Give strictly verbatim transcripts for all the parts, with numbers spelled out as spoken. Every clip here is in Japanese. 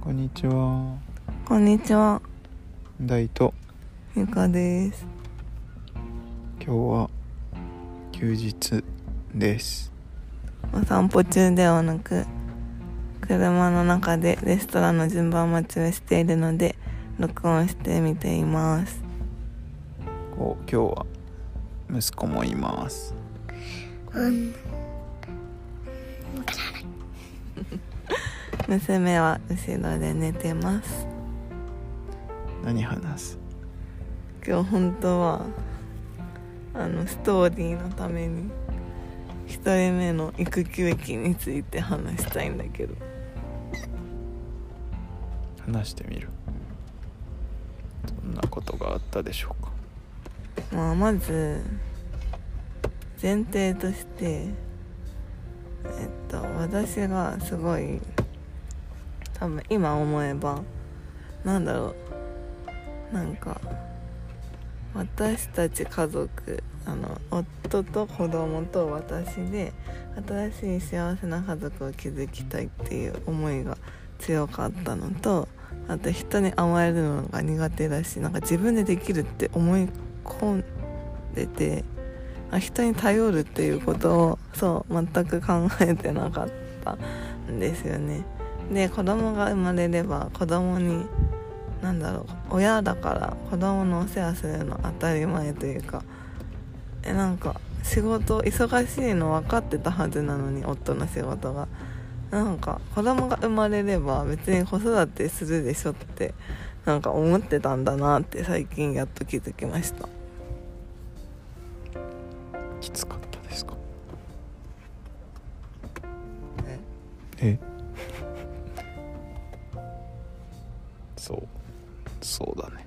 こんにちは。 こんにちは。 大とゆかです。 今日は休日です。 お散歩中ではなく、車の中でレストランの順番待ちをしているので録音してみています。 お今日は息子もいます。 うん娘は後ろで寝てます。 何話す？ 今日本当はあのストーリーのために一人目の育休期について話したいんだけど、 話してみる。どんなことがあったでしょうか。 まあ、まず前提としてえっと私がすごい多分今思えばなんだろうなんか私たち家族あの夫と子供と私で新しい幸せな家族を築きたいっていう思いが強かったのと、あと人に甘えるのが苦手だし、なんか自分でできるって思い込んでて、人に頼るっていうことをそう全く考えてなかったんですよね。で子供が生まれれば子供になんだろう親だから子供のお世話するの当たり前というか、えなんか仕事忙しいの分かってたはずなのに、夫の仕事がなんか子供が生まれれば別に子育てするでしょってなんか思ってたんだなって最近やっと気づきました。 きつかったですか？ ええそうそうだね。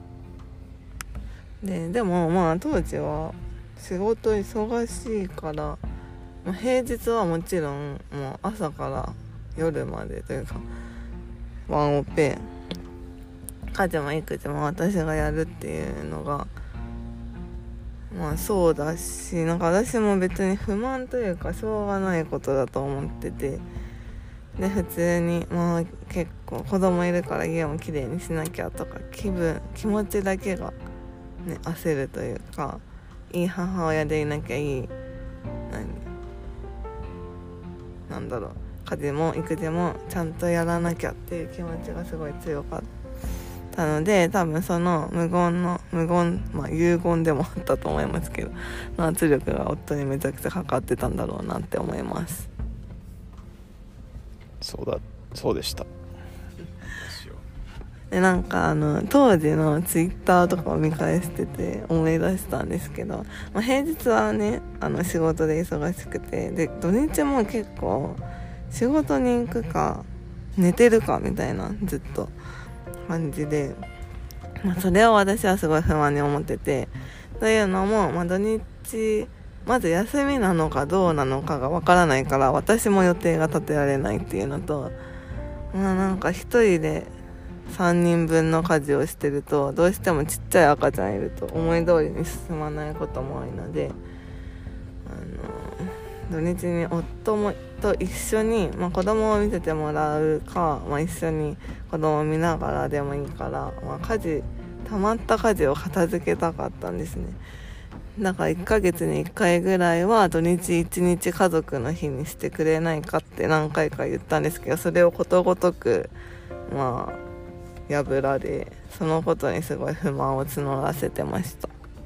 ででもまあ当時は仕事忙しいから、まあ、平日はもちろんもう朝から夜までというかワンオペ、家事も育児も私がやるっていうのがまあそうだし、なんか私も別に不満というかしょうがないことだと思ってて、で普通にまあ結構子供いるから家もきれいにしなきゃとか気分気持ちだけがね焦るというか、いい母親でいなきゃいい何なんだろう家事も育児もちゃんとやらなきゃっていう気持ちがすごい強かったので、多分その無言の無言まあ遺言でもあったと思いますけど、圧力が夫にめちゃくちゃかかってたんだろうなって思います。 そうだそうでした。 でなんかあの当時のツイッターとかを見返してて思い出したんですけど、まあ、平日はねあの仕事で忙しくて、で土日も結構仕事に行くか寝てるかみたいなずっと感じで、まあ、それを私はすごい不安に思ってて、というのも、まあ、土日まず休みなのかどうなのかがわからないから私も予定が立てられないっていうのと、まあなんか一人でさんにんぶんの家事をしてるとどうしてもちっちゃい赤ちゃんいると思い通りに進まないことも多いので、あの土日に夫もと一緒に、まあ、子供を見せてもらうか、まあ、一緒に子供を見ながらでもいいから、まあ、家事溜まった家事を片付けたかったんですね。だからいっかげつにいっかいぐらいは土日いちにち家族の日にしてくれないかって何回か言ったんですけど、それをことごとくまあ破られ、そのことにすごい不満を募らせてました。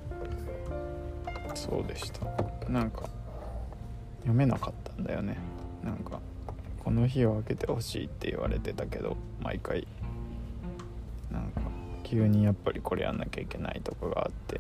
そうでした。なんか読めなかったんだよね。なんかこの日を空けてほしいって言われてたけど、毎回なんか急にやっぱりこれやんなきゃいけないとかがあって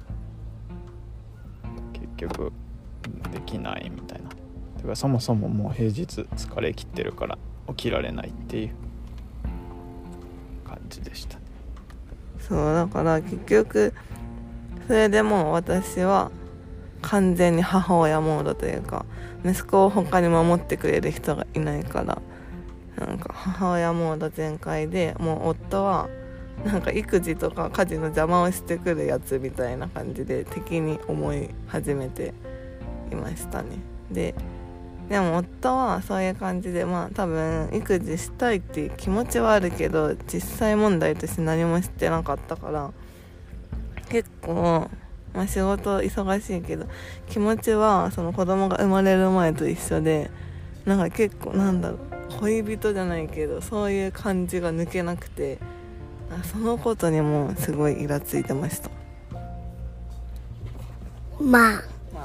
結局できないみたいな。てかそもそももう平日疲れ切ってるから起きられないっていう感じでした。 そうだから結局それでもう私は完全に母親モードというか、息子を他に守ってくれる人がいないからなんか母親モード全開で、もう夫はなんか育児とか家事の邪魔をしてくるやつみたいな感じで敵に思い始めていましたね。ででも夫はそういう感じで、まあ多分育児したいっていう気持ちはあるけど実際問題として何もしてなかったから、結構、まあ、仕事忙しいけど気持ちはその子供が生まれる前と一緒で、なんか結構なんだろう、恋人じゃないけどそういう感じが抜けなくて、そのことにもすごいイラついてました。 まあ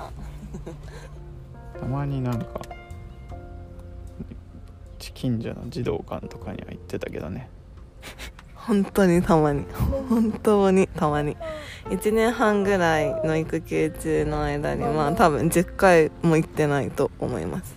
たまになんか近所の児童館とかには行ってたけどね。 本当にたまに本当にたまにいちねんはんぐらいの育休中の間にまあ多分じゅっかいも行ってないと思います。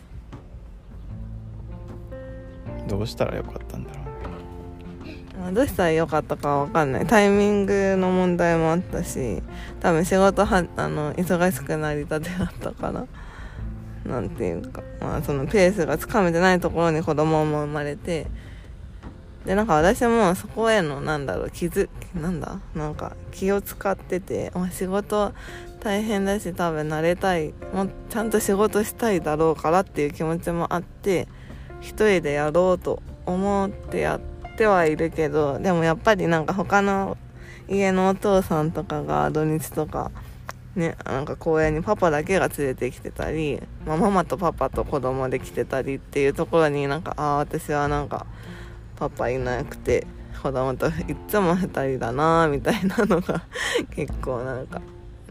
どうしたらよかったんだろうね。 どうしたらよかったかわかんない。タイミングの問題もあったし、多分仕事はあの忙しくなりたてだったから、なんていうか、まあそのペースがつかめてないところに子供も生まれて、でなんか私もそこへのなんだろう気づなんだなんか気を使ってて、まあ、仕事大変だし多分慣れたい、もうちゃんと仕事したいだろうからっていう気持ちもあって、一人でやろうと思ってやってはいるけど、でもやっぱりなんか他の家のお父さんとかが土日とかね、なんか公園にパパだけが連れてきてたり、まあ、ママとパパと子供で来てたりっていうところになんか、ああ私はなんかパパいなくて子供といつもふたりだなみたいなのが結構なんか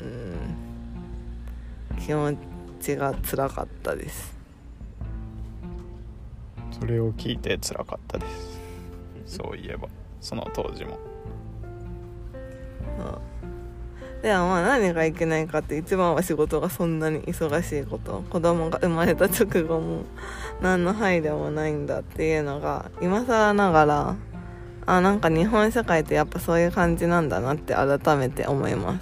うん気持ちが辛かったです。 それを聞いて辛かったです。そういえばその当時も、 うん、でもまあ何がいけないかって、一番は仕事がそんなに忙しいこと、子供が生まれた直後も何の配慮もないんだっていうのが今更ながら、あなんか日本社会ってやっぱそういう感じなんだなって改めて思います。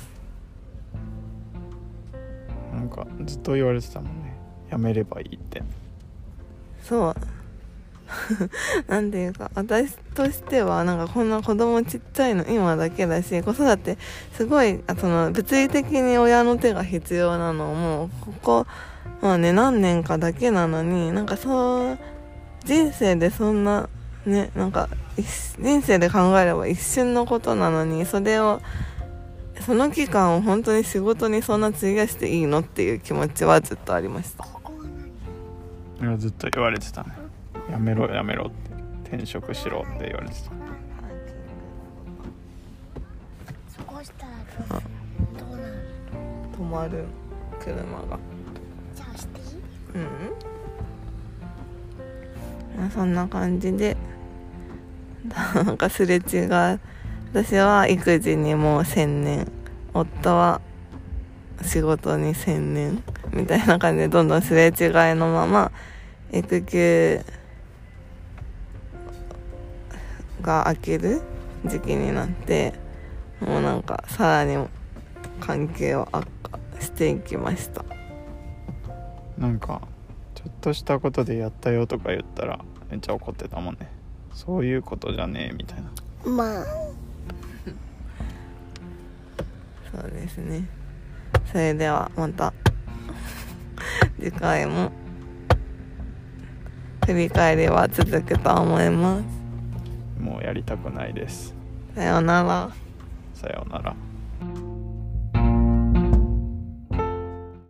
なんかずっと言われてたもんね、やめればいいって。 そうなんていうか、私としてはなんかこんな子供ちっちゃいの今だけだし、子育てすごいあその物理的に親の手が必要なのもここまあね何年かだけなのに、なんかそう人生でそんなねなんか人生で考えれば一瞬のことなのに、それをその期間を本当に仕事にそんな費やしていいのっていう気持ちはずっとありました。 いやずっと言われてたね、やめろやめろって転職しろって言われてた。 そこしたらどうなる？ 止まる車が。 じゃあしていい？ うん、まあ、そんな感じでなんかすれ違い、私は育児にもう専念、夫は仕事に専念みたいな感じでどんどんすれ違いのまま育休が明ける時期になって、もうなんかさらに関係を悪化していきました。 なんかちょっとしたことでやったよとか言ったらめっちゃ怒ってたもんね。そういうことじゃねえみたいな。 まあそうですね。それではまた次回も振り返りは続くと思います。 もうやりたくないです。 さようなら。 さようなら。